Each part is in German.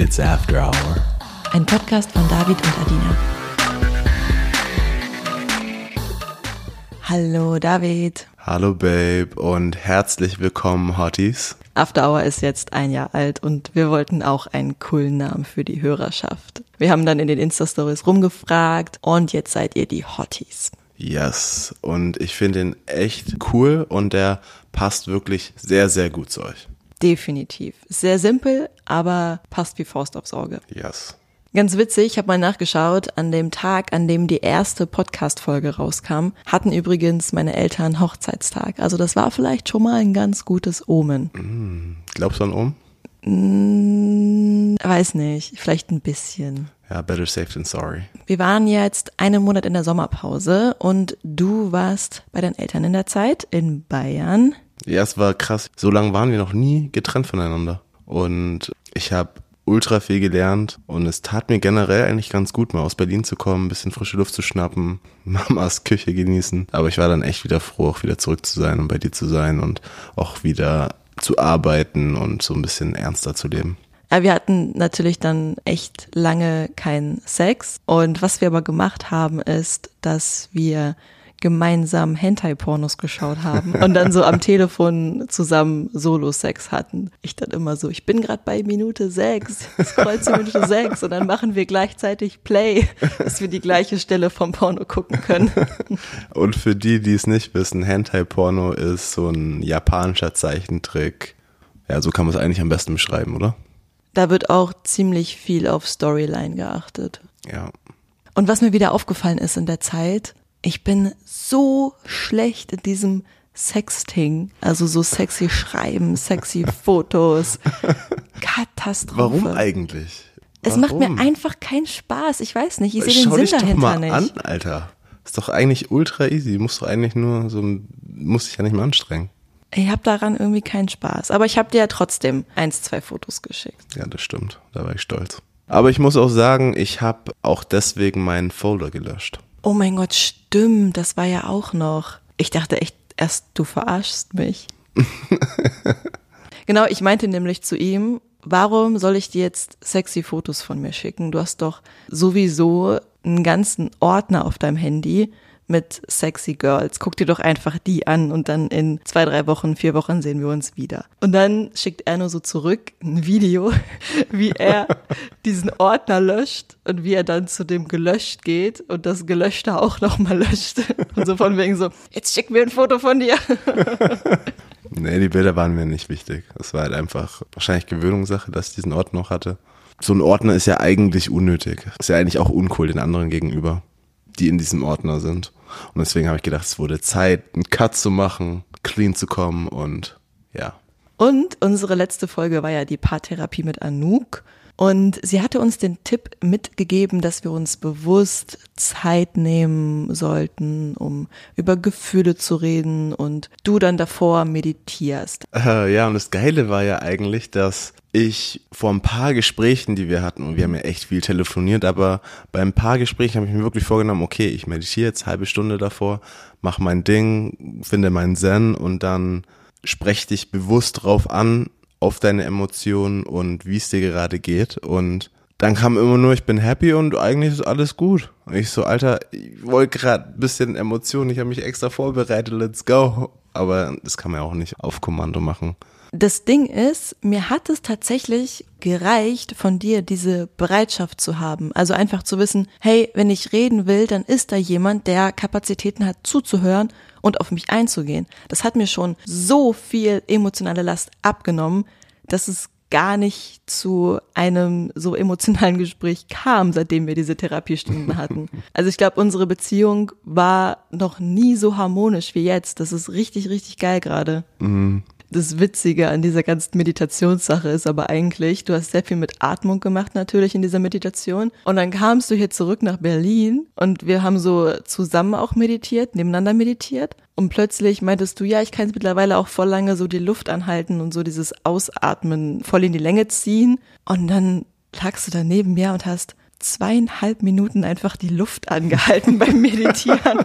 It's After Hour. Ein Podcast von David und Adina. Hallo David. Hallo Babe und herzlich willkommen Hotties. After Hour ist jetzt 1 Jahr alt und wir wollten auch einen coolen Namen für die Hörerschaft. Wir haben dann in den Insta-Stories rumgefragt und jetzt seid ihr die Hotties. Yes, und ich finde ihn echt cool und der passt wirklich sehr, sehr gut zu euch. Definitiv. Sehr simpel, aber passt wie Faust aufs Auge. Yes. Ganz witzig, ich habe mal nachgeschaut, an dem Tag, an dem die erste Podcast-Folge rauskam, hatten übrigens meine Eltern Hochzeitstag. Also das war vielleicht schon mal ein ganz gutes Omen. Glaubst du an Omen? Weiß nicht, vielleicht ein bisschen. Ja, better safe than sorry. Wir waren jetzt einen Monat in der Sommerpause und du warst bei deinen Eltern in der Zeit in Bayern. Ja, es war krass. So lange waren wir noch nie getrennt voneinander. Und ich habe ultra viel gelernt und es tat mir generell eigentlich ganz gut, mal aus Berlin zu kommen, ein bisschen frische Luft zu schnappen, Mamas Küche genießen. Aber ich war dann echt wieder froh, auch wieder zurück zu sein und bei dir zu sein und auch wieder zu arbeiten und so ein bisschen ernster zu leben. Ja, wir hatten natürlich dann echt lange keinen Sex und was wir aber gemacht haben, ist, dass wir gemeinsam Hentai-Pornos geschaut haben und dann so am Telefon zusammen Solo-Sex hatten. Ich dann immer so, ich bin gerade bei Minute 6, scroll zu Minute 6 und dann machen wir gleichzeitig Play, dass wir die gleiche Stelle vom Porno gucken können. Und für die es nicht wissen, Hentai-Porno ist so ein japanischer Zeichentrick. Ja, so kann man es eigentlich am besten beschreiben, oder? Da wird auch ziemlich viel auf Storyline geachtet. Ja. Und was mir wieder aufgefallen ist in der Zeit, ich bin so schlecht in diesem Sexting, also so sexy Schreiben, sexy Fotos, Katastrophe. Warum eigentlich? Es macht mir einfach keinen Spaß, ich weiß nicht, ich sehe den Sinn dahinter nicht. Schau dich doch mal nicht. an, Alter. Ist doch eigentlich ultra easy, musst dich ja nicht mehr anstrengen. Ich habe daran irgendwie keinen Spaß, aber ich habe dir ja trotzdem 1, 2 Fotos geschickt. Ja, das stimmt, da war ich stolz. Aber ich muss auch sagen, ich habe auch deswegen meinen Folder gelöscht. Oh mein Gott, stimmt, das war ja auch noch. Ich dachte echt erst, du verarschst mich. Genau, ich meinte nämlich zu ihm, warum soll ich dir jetzt sexy Fotos von mir schicken? Du hast doch sowieso einen ganzen Ordner auf deinem Handy mit sexy Girls. Guck dir doch einfach die an und dann in 2, 3 Wochen, 4 Wochen sehen wir uns wieder. Und dann schickt er nur so zurück ein Video, wie er diesen Ordner löscht und wie er dann zu dem gelöscht geht und das Gelöschte auch nochmal löscht. Und so von wegen so, jetzt schick mir ein Foto von dir. Nee, die Bilder waren mir nicht wichtig. Das war halt einfach wahrscheinlich Gewöhnungssache, dass ich diesen Ordner noch hatte. So ein Ordner ist ja eigentlich unnötig. Ist ja eigentlich auch uncool den anderen gegenüber, die in diesem Ordner sind. Und deswegen habe ich gedacht, es wurde Zeit, einen Cut zu machen, clean zu kommen und ja. Und unsere letzte Folge war ja die Paartherapie mit Anouk. Und sie hatte uns den Tipp mitgegeben, dass wir uns bewusst Zeit nehmen sollten, um über Gefühle zu reden und du dann davor meditierst. Ja, und das Geile war ja eigentlich, dass ich vor ein paar Gesprächen, die wir hatten, und wir haben ja echt viel telefoniert, aber bei ein paar Gesprächen habe ich mir wirklich vorgenommen, okay, ich meditiere jetzt 1/2 Stunde davor, mache mein Ding, finde meinen Zen und dann spreche dich bewusst drauf an, auf deine Emotionen und wie es dir gerade geht. Und dann kam immer nur, ich bin happy und eigentlich ist alles gut. Und ich so, Alter, ich wollte gerade ein bisschen Emotionen, ich habe mich extra vorbereitet, let's go. Aber das kann man ja auch nicht auf Kommando machen. Das Ding ist, mir hat es tatsächlich gereicht, von dir diese Bereitschaft zu haben. Also einfach zu wissen, hey, wenn ich reden will, dann ist da jemand, der Kapazitäten hat zuzuhören und auf mich einzugehen. Das hat mir schon so viel emotionale Last abgenommen, dass es gar nicht zu einem so emotionalen Gespräch kam, seitdem wir diese Therapiestunden hatten. Also ich glaube, unsere Beziehung war noch nie so harmonisch wie jetzt. Das ist richtig, richtig geil gerade. Mhm. Das Witzige an dieser ganzen Meditationssache ist aber eigentlich, du hast sehr viel mit Atmung gemacht natürlich in dieser Meditation und dann kamst du hier zurück nach Berlin und wir haben so zusammen auch meditiert, nebeneinander meditiert und plötzlich meintest du, ja, ich kann jetzt mittlerweile auch voll lange so die Luft anhalten und so dieses Ausatmen voll in die Länge ziehen und dann lagst du da neben mir und hast 2,5 Minuten einfach die Luft angehalten beim Meditieren.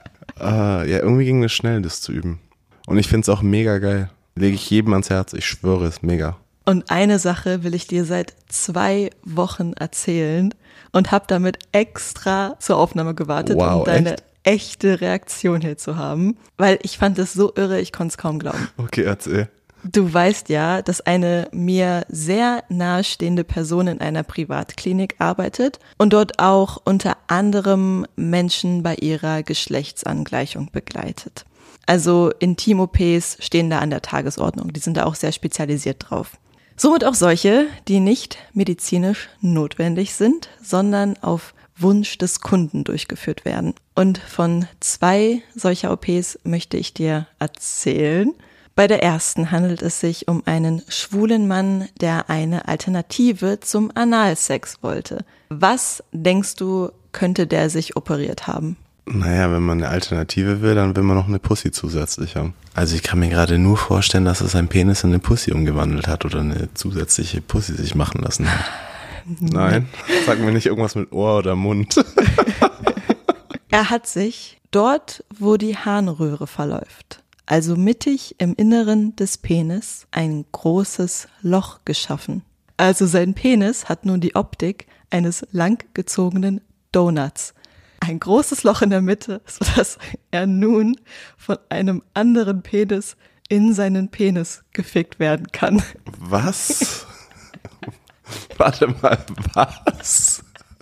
Ja, irgendwie ging es schnell, das zu üben. Und ich finde es auch mega geil. Lege ich jedem ans Herz, ich schwöre, ist mega. Und eine Sache will ich dir seit 2 Wochen erzählen und habe damit extra zur Aufnahme gewartet, Wow, um deine echt? echte Reaktion hier zu haben, weil ich fand es so irre, ich konnte es kaum glauben. Okay, erzähl. Du weißt ja, dass eine mir sehr nahestehende Person in einer Privatklinik arbeitet und dort auch unter anderem Menschen bei ihrer Geschlechtsangleichung begleitet. Also Intim-OPs stehen da an der Tagesordnung, die sind da auch sehr spezialisiert drauf. Somit auch solche, die nicht medizinisch notwendig sind, sondern auf Wunsch des Kunden durchgeführt werden. Und von 2 solcher OPs möchte ich dir erzählen. Bei der ersten handelt es sich um einen schwulen Mann, der eine Alternative zum Analsex wollte. Was denkst du, könnte der sich operiert haben? Naja, wenn man eine Alternative will, dann will man noch eine Pussy zusätzlich haben. Also ich kann mir gerade nur vorstellen, dass er seinen Penis in eine Pussy umgewandelt hat oder eine zusätzliche Pussy sich machen lassen hat. Nein, sag mir nicht irgendwas mit Ohr oder Mund. Er hat sich dort, wo die Harnröhre verläuft, also mittig im Inneren des Penis, ein großes Loch geschaffen. Also sein Penis hat nun die Optik eines langgezogenen Donuts. Ein großes Loch in der Mitte, sodass er nun von einem anderen Penis in seinen Penis gefickt werden kann. Was? Warte mal, was?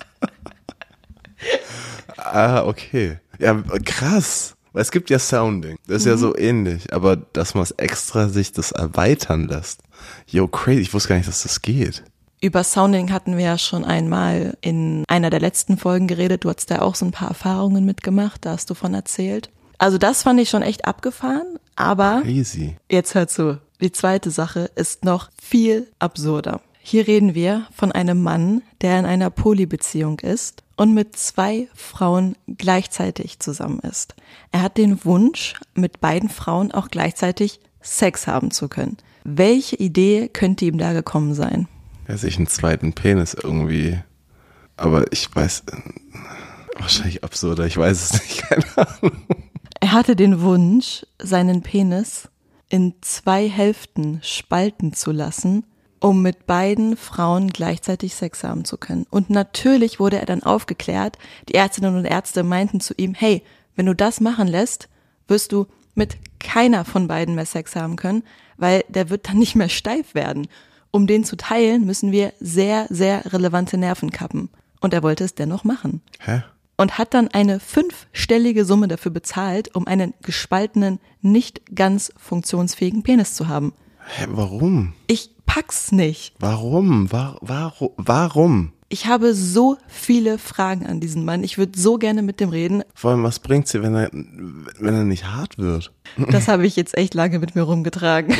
Okay. Ja, krass. Weil es gibt ja Sounding. Das ist ja so ähnlich. Aber dass man es extra sich das erweitern lässt. Yo, crazy. Ich wusste gar nicht, dass das geht. Über Sounding hatten wir ja schon einmal in einer der letzten Folgen geredet. Du hattest da auch so ein paar Erfahrungen mitgemacht. Da hast du von erzählt. Also das fand ich schon echt abgefahren. Aber Crazy. jetzt hör zu. Die zweite Sache ist noch viel absurder. Hier reden wir von einem Mann, der in einer Polybeziehung ist und mit 2 Frauen gleichzeitig zusammen ist. Er hat den Wunsch, mit beiden Frauen auch gleichzeitig Sex haben zu können. Welche Idee könnte ihm da gekommen sein? Ja, sich einen zweiten Penis irgendwie. Aber ich weiß, wahrscheinlich absurder, ich weiß es nicht, keine Ahnung. Er hatte den Wunsch, seinen Penis in 2 Hälften spalten zu lassen, um mit beiden Frauen gleichzeitig Sex haben zu können. Und natürlich wurde er dann aufgeklärt. Die Ärztinnen und Ärzte meinten zu ihm, hey, wenn du das machen lässt, wirst du mit keiner von beiden mehr Sex haben können, weil der wird dann nicht mehr steif werden. Um den zu teilen, müssen wir sehr, sehr relevante Nerven kappen. Und er wollte es dennoch machen. Hä? Und hat dann eine 5-stellige Summe dafür bezahlt, um einen gespaltenen, nicht ganz funktionsfähigen Penis zu haben. Hä, warum? Ich pack's nicht. Warum? Warum? Ich habe so viele Fragen an diesen Mann. Ich würde so gerne mit dem reden. Vor allem, was bringt's dir, wenn er nicht hart wird? Das habe ich jetzt echt lange mit mir rumgetragen.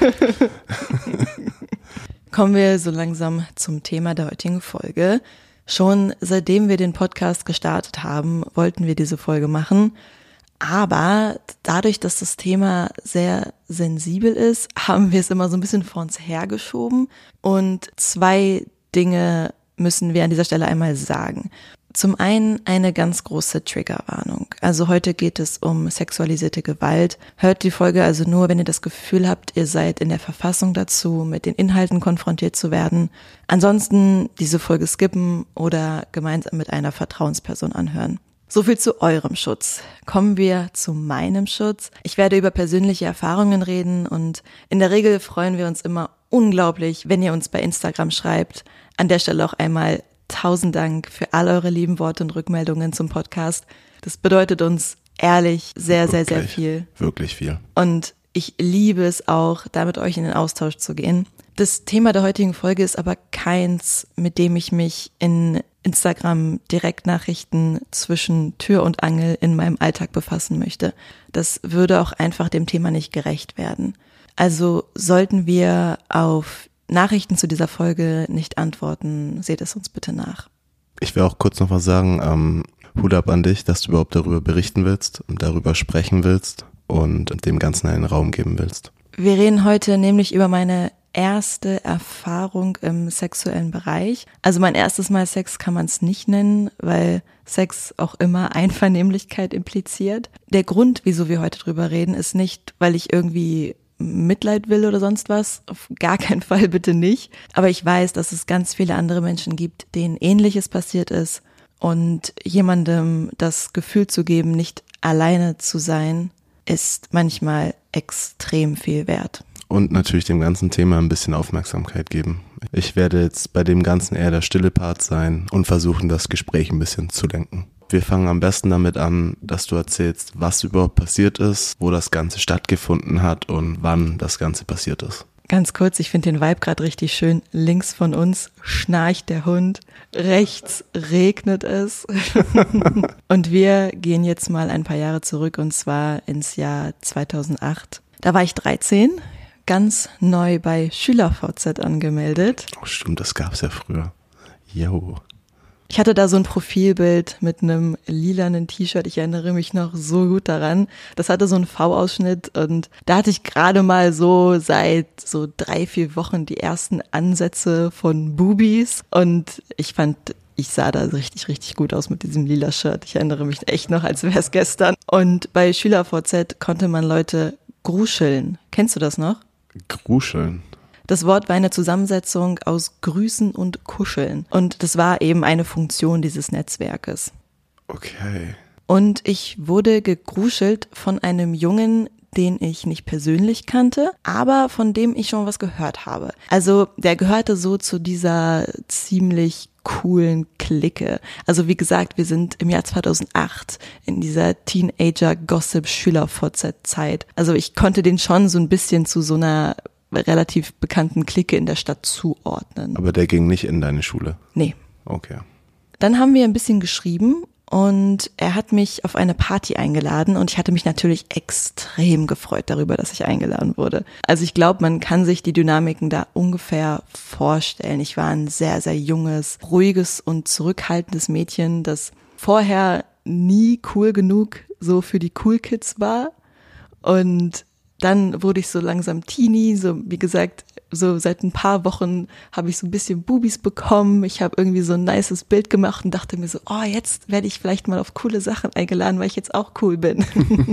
Kommen wir so langsam zum Thema der heutigen Folge. Schon seitdem wir den Podcast gestartet haben, wollten wir diese Folge machen. Aber dadurch, dass das Thema sehr sensibel ist, haben wir es immer so ein bisschen vor uns hergeschoben. Und 2 Dinge müssen wir an dieser Stelle einmal sagen. Zum einen eine ganz große Triggerwarnung. Also heute geht es um sexualisierte Gewalt. Hört die Folge also nur, wenn ihr das Gefühl habt, ihr seid in der Verfassung dazu, mit den Inhalten konfrontiert zu werden. Ansonsten diese Folge skippen oder gemeinsam mit einer Vertrauensperson anhören. So viel zu eurem Schutz. Kommen wir zu meinem Schutz. Ich werde über persönliche Erfahrungen reden und in der Regel freuen wir uns immer unglaublich, wenn ihr uns bei Instagram schreibt. An der Stelle auch einmal 1000 Dank für all eure lieben Worte und Rückmeldungen zum Podcast. Das bedeutet uns ehrlich sehr, sehr, sehr viel. Wirklich viel. Und ich liebe es auch, da mit euch in den Austausch zu gehen. Das Thema der heutigen Folge ist aber keins, mit dem ich mich in Instagram Direktnachrichten zwischen Tür und Angel in meinem Alltag befassen möchte. Das würde auch einfach dem Thema nicht gerecht werden. Also sollten wir auf Nachrichten zu dieser Folge nicht antworten, seht es uns bitte nach. Ich will auch kurz noch was sagen. Hut ab an dich, dass du überhaupt darüber berichten willst, darüber sprechen willst und dem Ganzen einen Raum geben willst. Wir reden heute nämlich über meine erste Erfahrung im sexuellen Bereich. Also mein erstes Mal Sex kann man es nicht nennen, weil Sex auch immer Einvernehmlichkeit impliziert. Der Grund, wieso wir heute drüber reden, ist nicht, weil ich irgendwie Mitleid will oder sonst was. Auf gar keinen Fall, bitte nicht. Aber ich weiß, dass es ganz viele andere Menschen gibt, denen Ähnliches passiert ist. Und jemandem das Gefühl zu geben, nicht alleine zu sein, ist manchmal extrem viel wert. Und natürlich dem ganzen Thema ein bisschen Aufmerksamkeit geben. Ich werde jetzt bei dem Ganzen eher der stille Part sein und versuchen, das Gespräch ein bisschen zu lenken. Wir fangen am besten damit an, dass du erzählst, was überhaupt passiert ist, wo das Ganze stattgefunden hat und wann das Ganze passiert ist. Ganz kurz, ich finde den Vibe gerade richtig schön. Links von uns schnarcht der Hund, rechts regnet es. Und wir gehen jetzt mal ein paar Jahre zurück, und zwar ins Jahr 2008. Da war ich 13, ganz neu bei SchülerVZ angemeldet. Oh stimmt, das gab's ja früher. Jo. Ich hatte da so ein Profilbild mit einem lilanen T-Shirt, ich erinnere mich noch so gut daran. Das hatte so einen V-Ausschnitt und da hatte ich gerade mal so seit so 3-4 Wochen die ersten Ansätze von Boobies und ich fand, ich sah da richtig, richtig gut aus mit diesem lila Shirt. Ich erinnere mich echt noch, als wäre es gestern. Und bei SchülerVZ konnte man Leute gruscheln. Kennst du das noch? Gruscheln? Das Wort war eine Zusammensetzung aus Grüßen und Kuscheln. Und das war eben eine Funktion dieses Netzwerkes. Okay. Und ich wurde gegruschelt von einem Jungen, den ich nicht persönlich kannte, aber von dem ich schon was gehört habe. Also der gehörte so zu dieser ziemlich coolen Clique. Also wie gesagt, wir sind im Jahr 2008 in dieser Teenager-Gossip-Schüler-VZ-Zeit. Also ich konnte den schon so ein bisschen zu so einer relativ bekannten Clique in der Stadt zuordnen. Aber der ging nicht in deine Schule? Nee. Okay. Dann haben wir ein bisschen geschrieben und er hat mich auf eine Party eingeladen und ich hatte mich natürlich extrem gefreut darüber, dass ich eingeladen wurde. Also ich glaube, man kann sich die Dynamiken da ungefähr vorstellen. Ich war ein sehr, sehr junges, ruhiges und zurückhaltendes Mädchen, das vorher nie cool genug so für die Cool Kids war. Und dann wurde ich so langsam Teenie, so wie gesagt, so seit ein paar Wochen habe ich so ein bisschen Bubis bekommen. Ich habe irgendwie so ein nices Bild gemacht und dachte mir so, oh, jetzt werde ich vielleicht mal auf coole Sachen eingeladen, weil ich jetzt auch cool bin.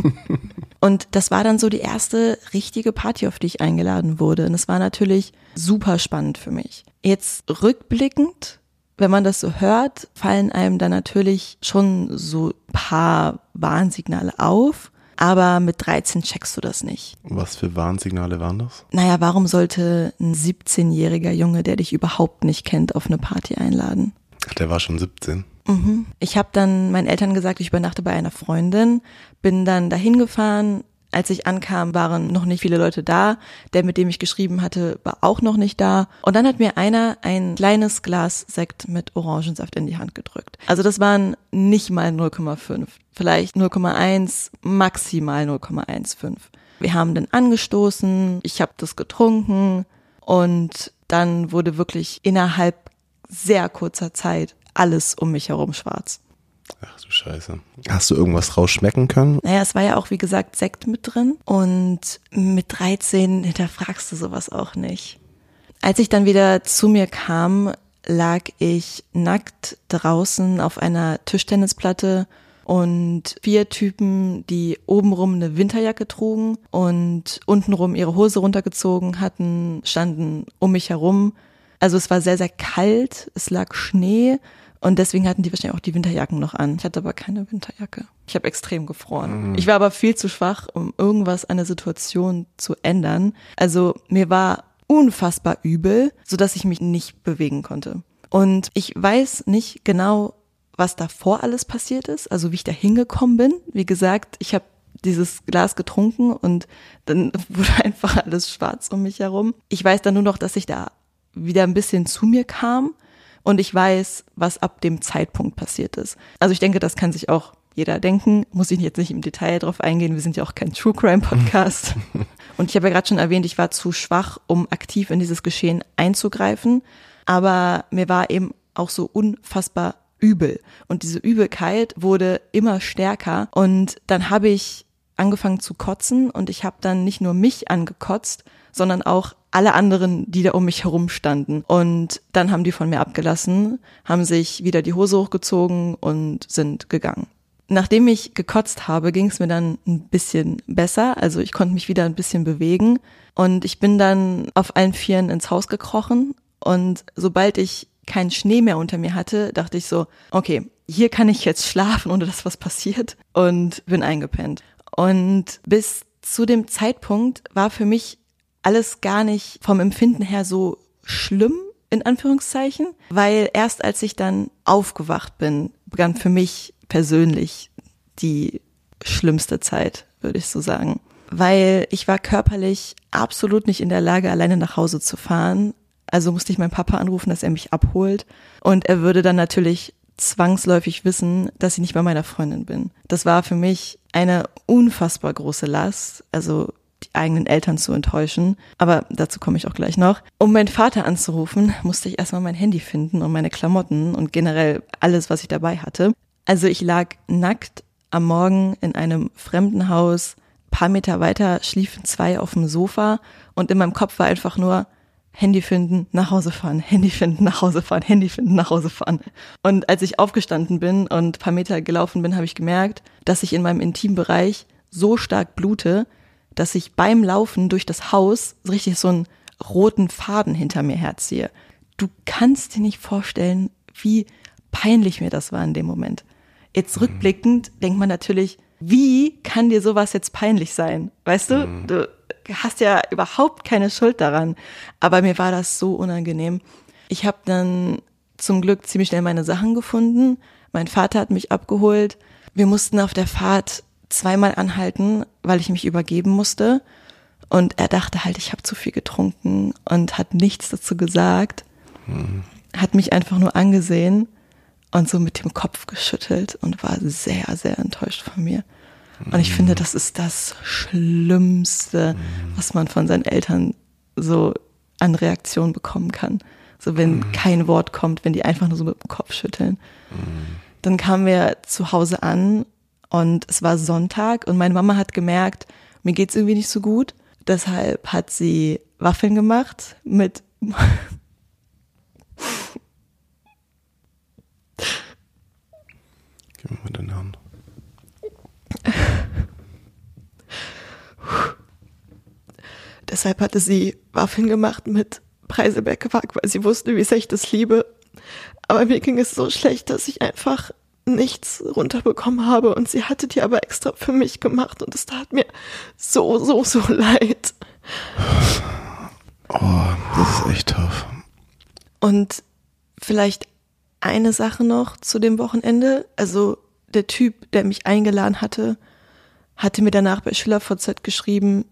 Und das war dann so die erste richtige Party, auf die ich eingeladen wurde. Und es war natürlich super spannend für mich. Jetzt rückblickend, wenn man das so hört, fallen einem dann natürlich schon so ein paar Warnsignale auf. Aber mit 13 checkst du das nicht. Was für Warnsignale waren das? Naja, warum sollte ein 17-jähriger Junge, der dich überhaupt nicht kennt, auf eine Party einladen? Ach, der war schon 17. Mhm. Ich habe dann meinen Eltern gesagt, ich übernachte bei einer Freundin, bin dann dahin gefahren. Als ich ankam, waren noch nicht viele Leute da. Der, mit dem ich geschrieben hatte, war auch noch nicht da. Und dann hat mir einer ein kleines Glas Sekt mit Orangensaft in die Hand gedrückt. Also das waren nicht mal 0,5, vielleicht 0,1, maximal 0,15. Wir haben dann angestoßen, ich habe das getrunken und dann wurde wirklich innerhalb sehr kurzer Zeit alles um mich herum schwarz. Ach du Scheiße. Hast du irgendwas rausschmecken können? Naja, es war ja auch, wie gesagt, Sekt mit drin und mit 13 hinterfragst du sowas auch nicht. Als ich dann wieder zu mir kam, lag ich nackt draußen auf einer Tischtennisplatte und 4 Typen, die obenrum eine Winterjacke trugen und untenrum ihre Hose runtergezogen hatten, standen um mich herum. Also es war sehr, sehr kalt, es lag Schnee. Und deswegen hatten die wahrscheinlich auch die Winterjacken noch an. Ich hatte aber keine Winterjacke. Ich habe extrem gefroren. Ich war aber viel zu schwach, um irgendwas an der Situation zu ändern. Also mir war unfassbar übel, sodass ich mich nicht bewegen konnte. Und ich weiß nicht genau, was davor alles passiert ist, also wie ich da hingekommen bin. Wie gesagt, ich habe dieses Glas getrunken und dann wurde einfach alles schwarz um mich herum. Ich weiß dann nur noch, dass ich da wieder ein bisschen zu mir kam. Und ich weiß, was ab dem Zeitpunkt passiert ist. Also ich denke, das kann sich auch jeder denken. Muss ich jetzt nicht im Detail drauf eingehen. Wir sind ja auch kein True Crime Podcast. Und ich habe ja gerade schon erwähnt, ich war zu schwach, um aktiv in dieses Geschehen einzugreifen. Aber mir war eben auch so unfassbar übel. Und diese Übelkeit wurde immer stärker. Und dann habe ich angefangen zu kotzen. Und ich habe dann nicht nur mich angekotzt, sondern auch alle anderen, die da um mich herum standen. Und dann haben die von mir abgelassen, haben sich wieder die Hose hochgezogen und sind gegangen. nachdem ich gekotzt habe, ging es mir dann ein bisschen besser. Also ich konnte mich wieder ein bisschen bewegen und ich bin dann auf allen Vieren ins Haus gekrochen und sobald ich keinen Schnee mehr unter mir hatte, dachte ich so, okay, hier kann ich jetzt schlafen, ohne dass was passiert, und bin eingepennt. Und bis zu dem Zeitpunkt war für mich alles gar nicht vom Empfinden her so schlimm, in Anführungszeichen, weil erst als ich dann aufgewacht bin, begann für mich persönlich die schlimmste Zeit, würde ich so sagen. Weil ich war körperlich absolut nicht in der Lage, alleine nach Hause zu fahren. Also musste ich meinen Papa anrufen, dass er mich abholt. Und er würde dann natürlich zwangsläufig wissen, dass ich nicht bei meiner Freundin bin. Das war für mich eine unfassbar große Last, also die eigenen Eltern zu enttäuschen. Aber dazu komme ich auch gleich noch. Um meinen Vater anzurufen, musste ich erstmal mein Handy finden und meine Klamotten und generell alles, was ich dabei hatte. Also ich lag nackt am Morgen in einem fremden Haus. Ein paar Meter weiter schliefen 2 auf dem Sofa und in meinem Kopf war einfach nur Handy finden, nach Hause fahren, Handy finden, nach Hause fahren, Handy finden, nach Hause fahren. Und als ich aufgestanden bin und ein paar Meter gelaufen bin, habe ich gemerkt, dass ich in meinem Intimbereich so stark blute, dass ich beim Laufen durch das Haus richtig so einen roten Faden hinter mir herziehe. Du kannst dir nicht vorstellen, wie peinlich mir das war in dem Moment. Jetzt rückblickend denkt man natürlich, wie kann dir sowas jetzt peinlich sein? Weißt du, du hast ja überhaupt keine Schuld daran. Aber mir war das so unangenehm. Ich habe dann zum Glück ziemlich schnell meine Sachen gefunden. Mein Vater hat mich abgeholt. Wir mussten auf der Fahrt 2-mal anhalten, weil ich mich übergeben musste. Und er dachte halt, ich habe zu viel getrunken und hat nichts dazu gesagt. Hat mich einfach nur angesehen und so mit dem Kopf geschüttelt und war sehr, sehr enttäuscht von mir. Und ich finde, das ist das Schlimmste, was man von seinen Eltern so an Reaktion bekommen kann. So wenn kein Wort kommt, wenn die einfach nur so mit dem Kopf schütteln. Dann kamen wir zu Hause an und es war Sonntag und meine Mama hat gemerkt, mir geht's irgendwie nicht so gut. Deshalb hat sie Waffeln gemacht mit Gib mir mal deine Hand. Deshalb hatte sie Waffeln gemacht mit Preiselbeerquark, weil sie wusste, wie sehr ich das liebe. Aber mir ging es so schlecht, dass ich einfach nichts runterbekommen habe und sie hatte die aber extra für mich gemacht und es tat mir so leid. Oh, das ist echt tough. Und vielleicht eine Sache noch zu dem Wochenende. Also der Typ, der mich eingeladen hatte, hatte mir danach bei SchülerVZ geschrieben,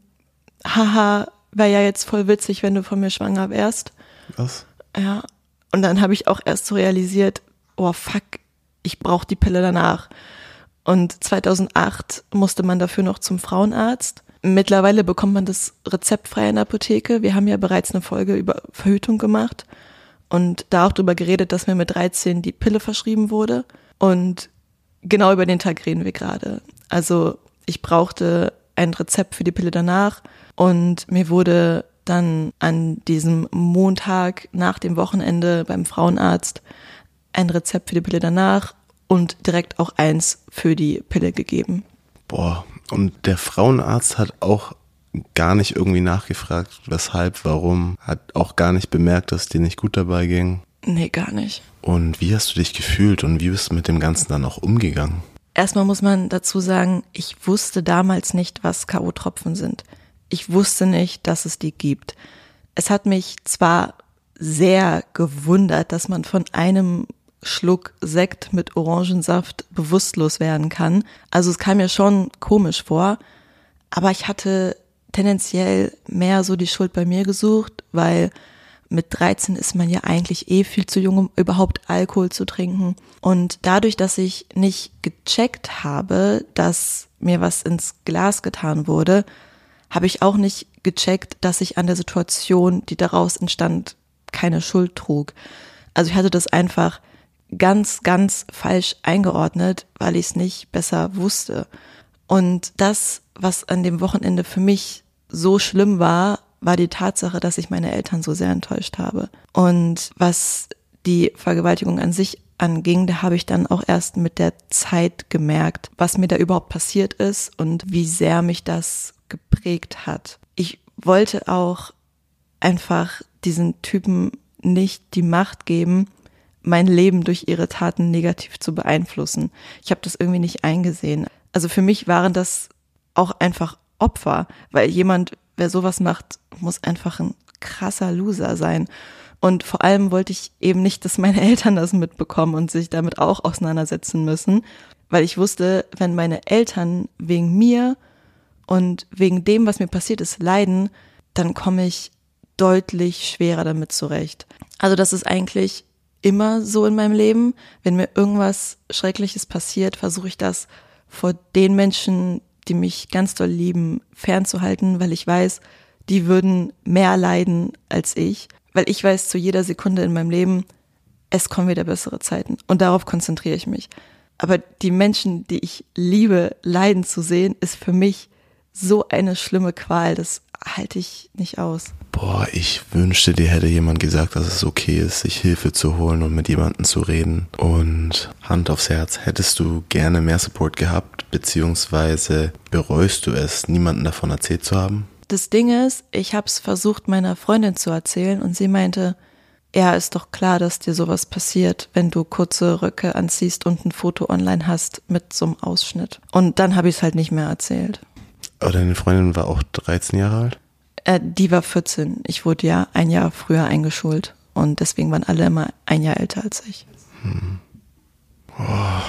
haha, wäre ja jetzt voll witzig, wenn du von mir schwanger wärst. Was? Ja. Und dann habe ich auch erst so realisiert, oh fuck, ich brauche die Pille danach. Und 2008 musste man dafür noch zum Frauenarzt. Mittlerweile bekommt man das rezeptfrei in der Apotheke. Wir haben ja bereits eine Folge über Verhütung gemacht und da auch drüber geredet, dass mir mit 13 die Pille verschrieben wurde. Und genau über den Tag reden wir gerade. Also ich brauchte ein Rezept für die Pille danach und mir wurde dann an diesem Montag nach dem Wochenende beim Frauenarzt ein Rezept für die Pille danach und direkt auch eins für die Pille gegeben. Boah, und der Frauenarzt hat auch gar nicht irgendwie nachgefragt, weshalb, warum, hat auch gar nicht bemerkt, dass es dir nicht gut dabei ging. Nee, gar nicht. Und wie hast du dich gefühlt und wie bist du mit dem Ganzen dann auch umgegangen? Erstmal muss man dazu sagen, ich wusste damals nicht, was K.O.-Tropfen sind. Ich wusste nicht, dass es die gibt. Es hat mich zwar sehr gewundert, dass man von einem Schluck Sekt mit Orangensaft bewusstlos werden kann. Also es kam mir schon komisch vor, aber ich hatte tendenziell mehr so die Schuld bei mir gesucht, weil mit 13 ist man ja eigentlich viel zu jung, um überhaupt Alkohol zu trinken. Und dadurch, dass ich nicht gecheckt habe, dass mir was ins Glas getan wurde, habe ich auch nicht gecheckt, dass ich an der Situation, die daraus entstand, keine Schuld trug. Also ich hatte das einfach ganz, ganz falsch eingeordnet, weil ich es nicht besser wusste. Und das, was an dem Wochenende für mich so schlimm war, war die Tatsache, dass ich meine Eltern so sehr enttäuscht habe. Und was die Vergewaltigung an sich anging, da habe ich dann auch erst mit der Zeit gemerkt, was mir da überhaupt passiert ist und wie sehr mich das geprägt hat. Ich wollte auch einfach diesen Typen nicht die Macht geben, mein Leben durch ihre Taten negativ zu beeinflussen. Ich habe das irgendwie nicht eingesehen. Also für mich waren das auch einfach Opfer, weil jemand, wer sowas macht, muss einfach ein krasser Loser sein. Und vor allem wollte ich eben nicht, dass meine Eltern das mitbekommen und sich damit auch auseinandersetzen müssen, weil ich wusste, wenn meine Eltern wegen mir und wegen dem, was mir passiert ist, leiden, dann komme ich deutlich schwerer damit zurecht. Also das ist eigentlich immer so in meinem Leben. Wenn mir irgendwas Schreckliches passiert, versuche ich das vor den Menschen, die mich ganz doll lieben, fernzuhalten, weil ich weiß, die würden mehr leiden als ich. Weil ich weiß zu jeder Sekunde in meinem Leben, es kommen wieder bessere Zeiten. Und darauf konzentriere ich mich. Aber die Menschen, die ich liebe, leiden zu sehen, ist für mich so eine schlimme Qual. Das halte ich nicht aus. Boah, ich wünschte, dir hätte jemand gesagt, dass es okay ist, sich Hilfe zu holen und mit jemandem zu reden. Und Hand aufs Herz, hättest du gerne mehr Support gehabt, beziehungsweise bereust du es, niemandem davon erzählt zu haben? Das Ding ist, ich habe es versucht, meiner Freundin zu erzählen und sie meinte, ja, ist doch klar, dass dir sowas passiert, wenn du kurze Röcke anziehst und ein Foto online hast mit so einem Ausschnitt. Und dann habe ich es halt nicht mehr erzählt. Aber deine Freundin war auch 13 Jahre alt? Die war 14. Ich wurde ja ein Jahr früher eingeschult und deswegen waren alle immer ein Jahr älter als ich. Oh.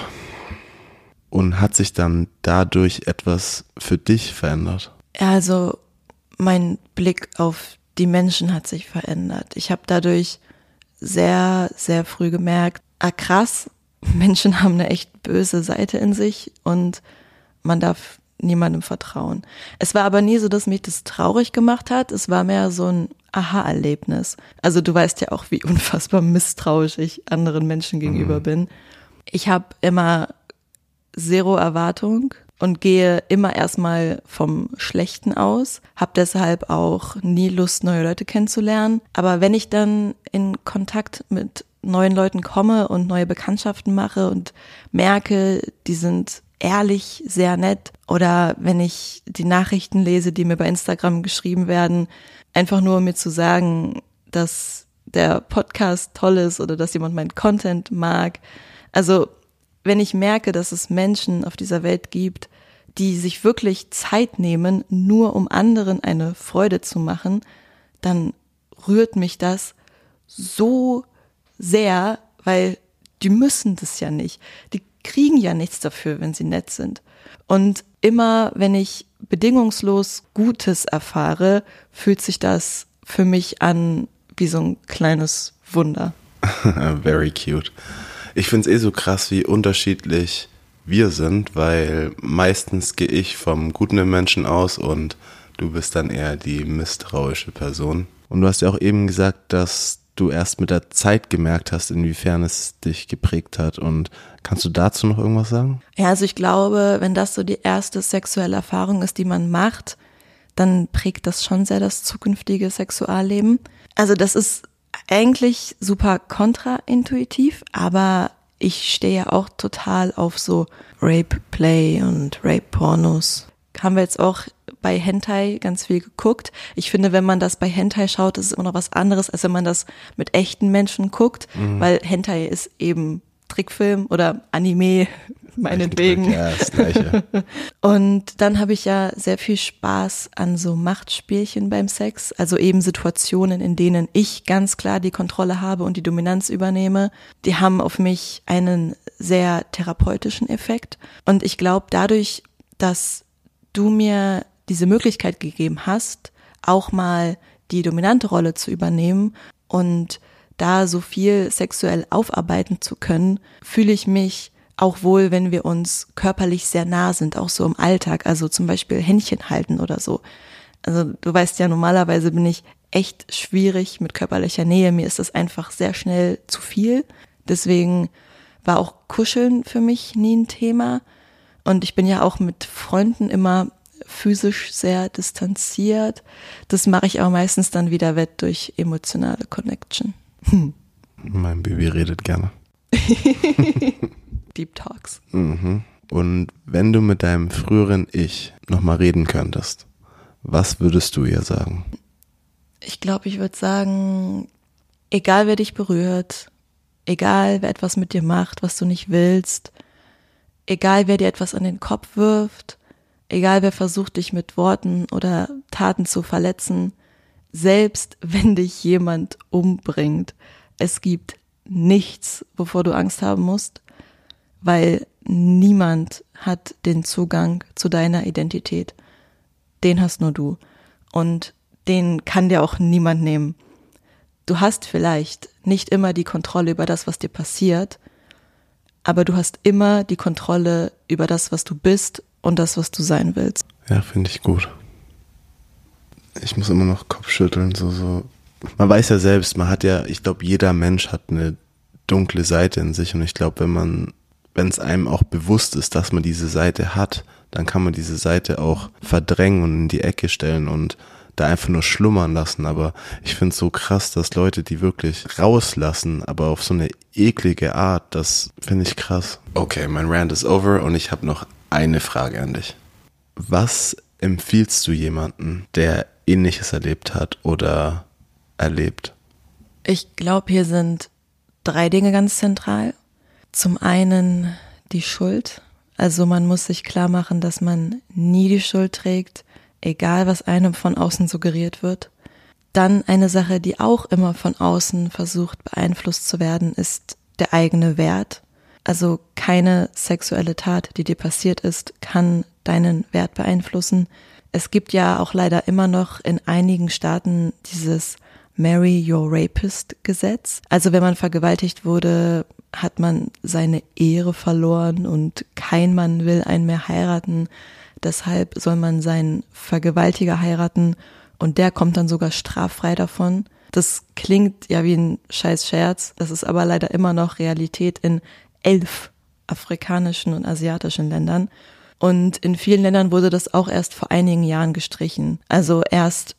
Und hat sich dann dadurch etwas für dich verändert? Also mein Blick auf die Menschen hat sich verändert. Ich habe dadurch sehr, sehr früh gemerkt, krass, Menschen haben eine echt böse Seite in sich und man darf niemandem vertrauen. Es war aber nie so, dass mich das traurig gemacht hat. Es war mehr so ein Aha-Erlebnis. Also du weißt ja auch, wie unfassbar misstrauisch ich anderen Menschen gegenüber bin. Ich habe immer zero Erwartung und gehe immer erstmal vom Schlechten aus, habe deshalb auch nie Lust, neue Leute kennenzulernen. Aber wenn ich dann in Kontakt mit neuen Leuten komme und neue Bekanntschaften mache und merke, die sind ehrlich, sehr nett, oder wenn ich die Nachrichten lese, die mir bei Instagram geschrieben werden, einfach nur um mir zu sagen, dass der Podcast toll ist oder dass jemand meinen Content mag. Also wenn ich merke, dass es Menschen auf dieser Welt gibt, die sich wirklich Zeit nehmen, nur um anderen eine Freude zu machen, dann rührt mich das so sehr, weil die müssen das ja nicht. Die kriegen ja nichts dafür, wenn sie nett sind. Und immer, wenn ich bedingungslos Gutes erfahre, fühlt sich das für mich an wie so ein kleines Wunder. Very cute. Ich finde es so krass, wie unterschiedlich wir sind, weil meistens gehe ich vom guten Menschen aus und du bist dann eher die misstrauische Person. Und du hast ja auch eben gesagt, dass du erst mit der Zeit gemerkt hast, inwiefern es dich geprägt hat. Und kannst du dazu noch irgendwas sagen? Ja, also ich glaube, wenn das so die erste sexuelle Erfahrung ist, die man macht, dann prägt das schon sehr das zukünftige Sexualleben. Also das ist eigentlich super kontraintuitiv, aber ich stehe ja auch total auf so Rape-Play und Rape-Pornos. Haben wir jetzt auch bei Hentai ganz viel geguckt. Ich finde, wenn man das bei Hentai schaut, ist es immer noch was anderes, als wenn man das mit echten Menschen guckt, weil Hentai ist eben Trickfilm oder Anime, meinetwegen. Ja, das Gleiche. Und dann habe ich ja sehr viel Spaß an so Machtspielchen beim Sex, also eben Situationen, in denen ich ganz klar die Kontrolle habe und die Dominanz übernehme. Die haben auf mich einen sehr therapeutischen Effekt. Und ich glaube, dadurch, dass du mir diese Möglichkeit gegeben hast, auch mal die dominante Rolle zu übernehmen und da so viel sexuell aufarbeiten zu können, fühle ich mich auch wohl, wenn wir uns körperlich sehr nah sind, auch so im Alltag, also zum Beispiel Händchen halten oder so. Also du weißt ja, normalerweise bin ich echt schwierig mit körperlicher Nähe, mir ist das einfach sehr schnell zu viel. Deswegen war auch Kuscheln für mich nie ein Thema. Und ich bin ja auch mit Freunden immer physisch sehr distanziert. Das mache ich aber meistens dann wieder wett durch emotionale Connection. Mein Baby redet gerne. Deep Talks. Mhm. Und wenn du mit deinem früheren Ich nochmal reden könntest, was würdest du ihr sagen? Ich glaube, ich würde sagen, egal wer dich berührt, egal wer etwas mit dir macht, was du nicht willst, egal wer dir etwas an den Kopf wirft, egal wer versucht, dich mit Worten oder Taten zu verletzen, selbst wenn dich jemand umbringt, es gibt nichts, wovor du Angst haben musst, weil niemand hat den Zugang zu deiner Identität. Den hast nur du. Und den kann dir auch niemand nehmen. Du hast vielleicht nicht immer die Kontrolle über das, was dir passiert, aber du hast immer die Kontrolle über das, was du bist und das, was du sein willst. Ja, finde ich gut. Ich muss immer noch Kopfschütteln, so. Man weiß ja selbst, ich glaube, jeder Mensch hat eine dunkle Seite in sich und ich glaube, wenn es einem auch bewusst ist, dass man diese Seite hat, dann kann man diese Seite auch verdrängen und in die Ecke stellen und da einfach nur schlummern lassen. Aber ich finde es so krass, dass Leute die wirklich rauslassen, aber auf so eine eklige Art, das finde ich krass. Okay, mein Rant ist over und ich habe noch eine Frage an dich. Was empfiehlst du jemanden, der Ähnliches erlebt hat oder erlebt? Ich glaube, hier sind 3 Dinge ganz zentral. Zum einen die Schuld. Also man muss sich klar machen, dass man nie die Schuld trägt, egal was einem von außen suggeriert wird. Dann eine Sache, die auch immer von außen versucht beeinflusst zu werden, ist der eigene Wert. Also keine sexuelle Tat, die dir passiert ist, kann deinen Wert beeinflussen. Es gibt ja auch leider immer noch in einigen Staaten dieses Marry Your Rapist Gesetz. Also wenn man vergewaltigt wurde, hat man seine Ehre verloren und kein Mann will einen mehr heiraten. Deshalb soll man seinen Vergewaltiger heiraten und der kommt dann sogar straffrei davon. Das klingt ja wie ein scheiß Scherz, das ist aber leider immer noch Realität in 11 afrikanischen und asiatischen Ländern. Und in vielen Ländern wurde das auch erst vor einigen Jahren gestrichen. Also erst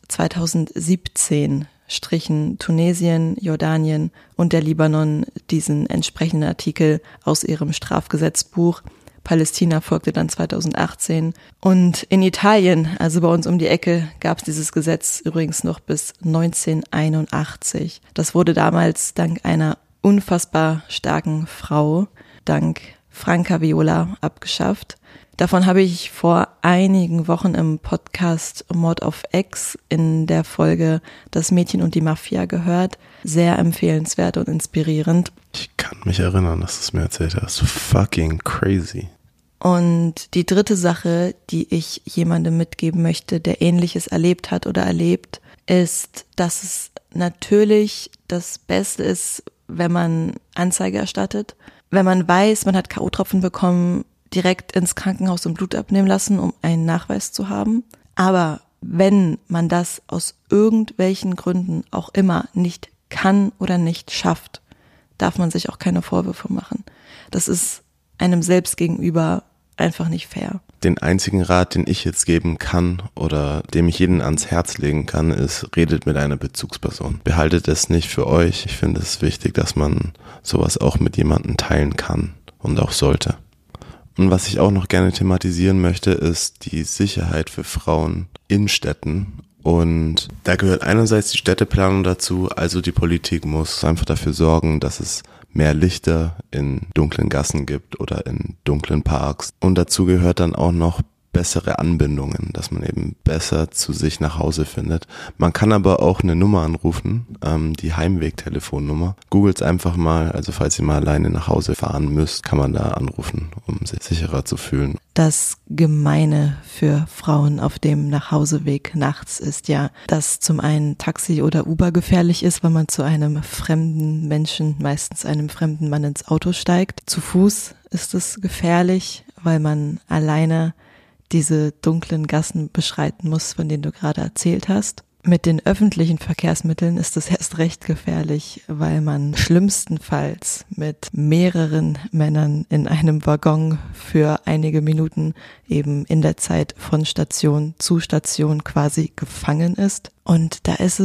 2017 strichen Tunesien, Jordanien und der Libanon diesen entsprechenden Artikel aus ihrem Strafgesetzbuch. Palästina folgte dann 2018 und in Italien, also bei uns um die Ecke, gab es dieses Gesetz übrigens noch bis 1981. Das wurde damals dank einer unfassbar starken Frau, dank Franca Viola, abgeschafft. Davon habe ich vor einigen Wochen im Podcast Mord auf Ex in der Folge Das Mädchen und die Mafia gehört. Sehr empfehlenswert und inspirierend. Ich kann mich erinnern, dass du es mir erzählt hast. Fucking crazy. Und die dritte Sache, die ich jemandem mitgeben möchte, der Ähnliches erlebt hat oder erlebt, ist, dass es natürlich das Beste ist, wenn man Anzeige erstattet. Wenn man weiß, man hat K.O.-Tropfen bekommen, direkt ins Krankenhaus und Blut abnehmen lassen, um einen Nachweis zu haben. Aber wenn man das aus irgendwelchen Gründen auch immer nicht kann oder nicht schafft, darf man sich auch keine Vorwürfe machen. Das ist einem selbst gegenüber einfach nicht fair. Den einzigen Rat, den ich jetzt geben kann oder dem ich jeden ans Herz legen kann, ist, redet mit einer Bezugsperson. Behaltet es nicht für euch. Ich finde es wichtig, dass man sowas auch mit jemandem teilen kann und auch sollte. Und was ich auch noch gerne thematisieren möchte, ist die Sicherheit für Frauen in Städten. Und da gehört einerseits die Städteplanung dazu, also die Politik muss einfach dafür sorgen, dass es mehr Lichter in dunklen Gassen gibt oder in dunklen Parks. Und dazu gehört dann auch noch bessere Anbindungen, dass man eben besser zu sich nach Hause findet. Man kann aber auch eine Nummer anrufen, die Heimweg-Telefonnummer. Googles einfach mal, also falls ihr mal alleine nach Hause fahren müsst, kann man da anrufen, um sich sicherer zu fühlen. Das Gemeine für Frauen auf dem Nachhauseweg nachts ist ja, dass zum einen Taxi oder Uber gefährlich ist, weil man zu einem fremden Menschen, meistens einem fremden Mann ins Auto steigt. Zu Fuß ist es gefährlich, weil man alleine diese dunklen Gassen beschreiten muss, von denen du gerade erzählt hast. Mit den öffentlichen Verkehrsmitteln ist es erst recht gefährlich, weil man schlimmstenfalls mit mehreren Männern in einem Waggon für einige Minuten eben in der Zeit von Station zu Station quasi gefangen ist. Und da ist es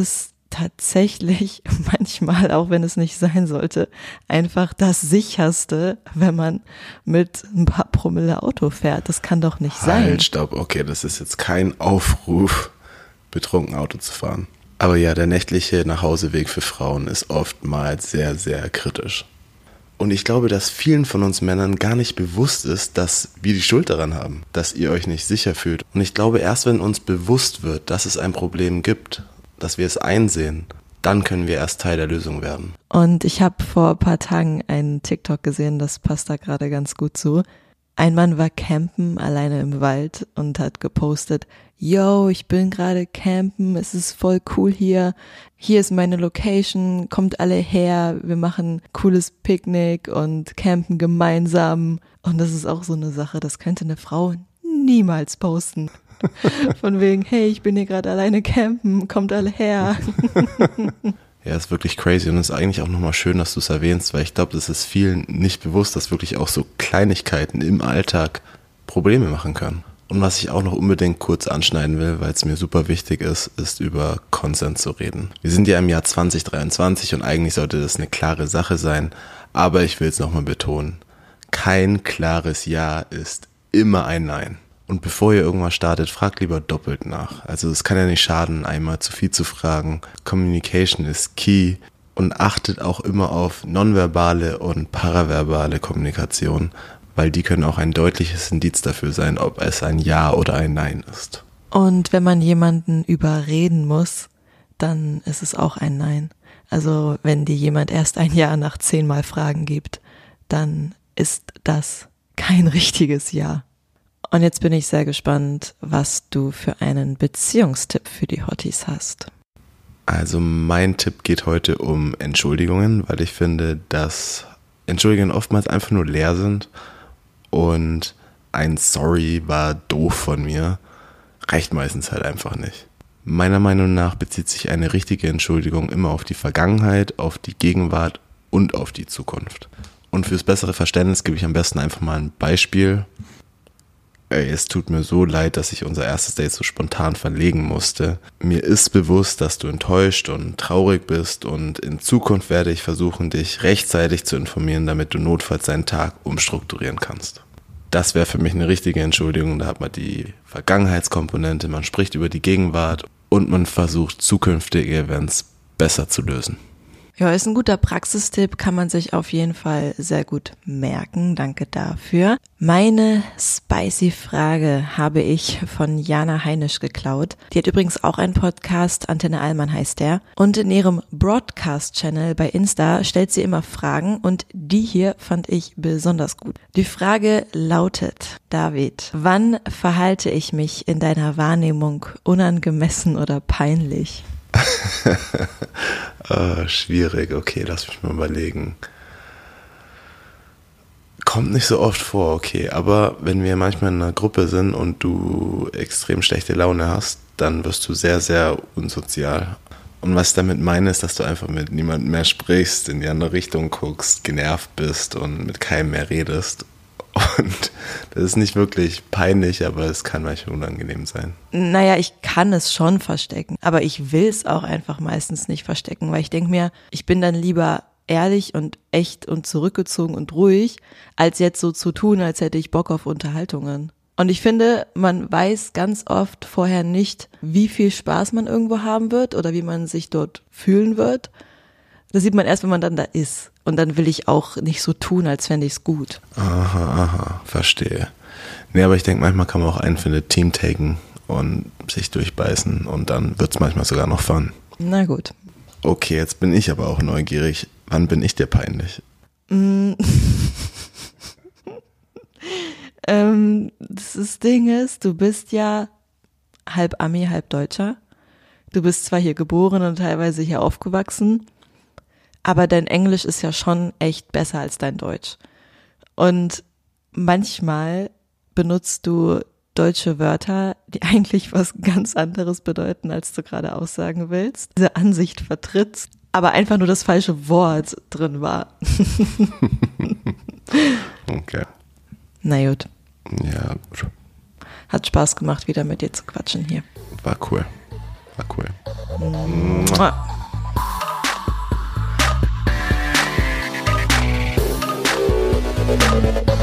tatsächlich manchmal, auch wenn es nicht sein sollte, einfach das Sicherste, wenn man mit ein paar Promille Auto fährt. Das kann doch nicht sein. Halt, stopp, okay, das ist jetzt kein Aufruf, betrunken Auto zu fahren. Aber ja, der nächtliche Nachhauseweg für Frauen ist oftmals sehr, sehr kritisch. Und ich glaube, dass vielen von uns Männern gar nicht bewusst ist, dass wir die Schuld daran haben, dass ihr euch nicht sicher fühlt. Und ich glaube, erst wenn uns bewusst wird, dass es ein Problem gibt, dass wir es einsehen, dann können wir erst Teil der Lösung werden. Und ich habe vor ein paar Tagen einen TikTok gesehen, das passt da gerade ganz gut zu. Ein Mann war campen, alleine im Wald und hat gepostet, yo, ich bin gerade campen, es ist voll cool hier. Hier ist meine Location, kommt alle her, wir machen cooles Picknick und campen gemeinsam. Und das ist auch so eine Sache, das könnte eine Frau niemals posten. Von wegen, hey, ich bin hier gerade alleine campen, kommt alle her. Ja, ist wirklich crazy und es ist eigentlich auch nochmal schön, dass du es erwähnst, weil ich glaube, das ist vielen nicht bewusst, dass wirklich auch so Kleinigkeiten im Alltag Probleme machen können. Und was ich auch noch unbedingt kurz anschneiden will, weil es mir super wichtig ist, ist über Consent zu reden. Wir sind ja im Jahr 2023 und eigentlich sollte das eine klare Sache sein, aber ich will es nochmal betonen. Kein klares Ja ist immer ein Nein. Und bevor ihr irgendwas startet, fragt lieber doppelt nach. Also es kann ja nicht schaden, einmal zu viel zu fragen. Communication ist key und achtet auch immer auf nonverbale und paraverbale Kommunikation, weil die können auch ein deutliches Indiz dafür sein, ob es ein Ja oder ein Nein ist. Und wenn man jemanden überreden muss, dann ist es auch ein Nein. Also wenn dir jemand erst ein Ja nach 10-mal Fragen gibt, dann ist das kein richtiges Ja. Und jetzt bin ich sehr gespannt, was du für einen Beziehungstipp für die Hotties hast. Also mein Tipp geht heute um Entschuldigungen, weil ich finde, dass Entschuldigungen oftmals einfach nur leer sind und ein Sorry war doof von mir reicht meistens halt einfach nicht. Meiner Meinung nach bezieht sich eine richtige Entschuldigung immer auf die Vergangenheit, auf die Gegenwart und auf die Zukunft. Und fürs bessere Verständnis gebe ich am besten einfach mal ein Beispiel. Ey, es tut mir so leid, dass ich unser erstes Date so spontan verlegen musste. Mir ist bewusst, dass du enttäuscht und traurig bist und in Zukunft werde ich versuchen, dich rechtzeitig zu informieren, damit du notfalls deinen Tag umstrukturieren kannst. Das wäre für mich eine richtige Entschuldigung. Da hat man die Vergangenheitskomponente, man spricht über die Gegenwart und man versucht, zukünftige Events besser zu lösen. Ja, ist ein guter Praxistipp, kann man sich auf jeden Fall sehr gut merken. Danke dafür. Meine spicy Frage habe ich von Jana Heinisch geklaut. Die hat übrigens auch einen Podcast, Antenne Allmann heißt der. Und in ihrem Broadcast-Channel bei Insta stellt sie immer Fragen und die hier fand ich besonders gut. Die Frage lautet, David, wann verhalte ich mich in deiner Wahrnehmung unangemessen oder peinlich? Schwierig, okay, lass mich mal überlegen. Kommt nicht so oft vor, okay, aber wenn wir manchmal in einer Gruppe sind und du extrem schlechte Laune hast, dann wirst du sehr, sehr unsozial. Und was ich damit meine, ist, dass du einfach mit niemandem mehr sprichst, in die andere Richtung guckst, genervt bist und mit keinem mehr redest. Und das ist nicht wirklich peinlich, aber es kann manchmal unangenehm sein. Naja, ich kann es schon verstecken, aber ich will es auch einfach meistens nicht verstecken, weil ich denke mir, ich bin dann lieber ehrlich und echt und zurückgezogen und ruhig, als jetzt so zu tun, als hätte ich Bock auf Unterhaltungen. Und ich finde, man weiß ganz oft vorher nicht, wie viel Spaß man irgendwo haben wird oder wie man sich dort fühlen wird. Das sieht man erst, wenn man dann da ist. Und dann will ich auch nicht so tun, als fände ich es gut. Aha, verstehe. Nee, aber ich denke, manchmal kann man auch einen für eine Team taken und sich durchbeißen und dann wird es manchmal sogar noch fun. Na gut. Okay, jetzt bin ich aber auch neugierig. Wann bin ich dir peinlich? Das Ding ist, du bist ja halb Ami, halb Deutscher. Du bist zwar hier geboren und teilweise hier aufgewachsen, aber dein Englisch ist ja schon echt besser als dein Deutsch. Und manchmal benutzt du deutsche Wörter, die eigentlich was ganz anderes bedeuten, als du gerade aussagen willst. Diese Ansicht vertrittst, aber einfach nur das falsche Wort drin war. Okay. Na gut. Ja, gut. Hat Spaß gemacht, wieder mit dir zu quatschen hier. War cool. Mua. Thank you.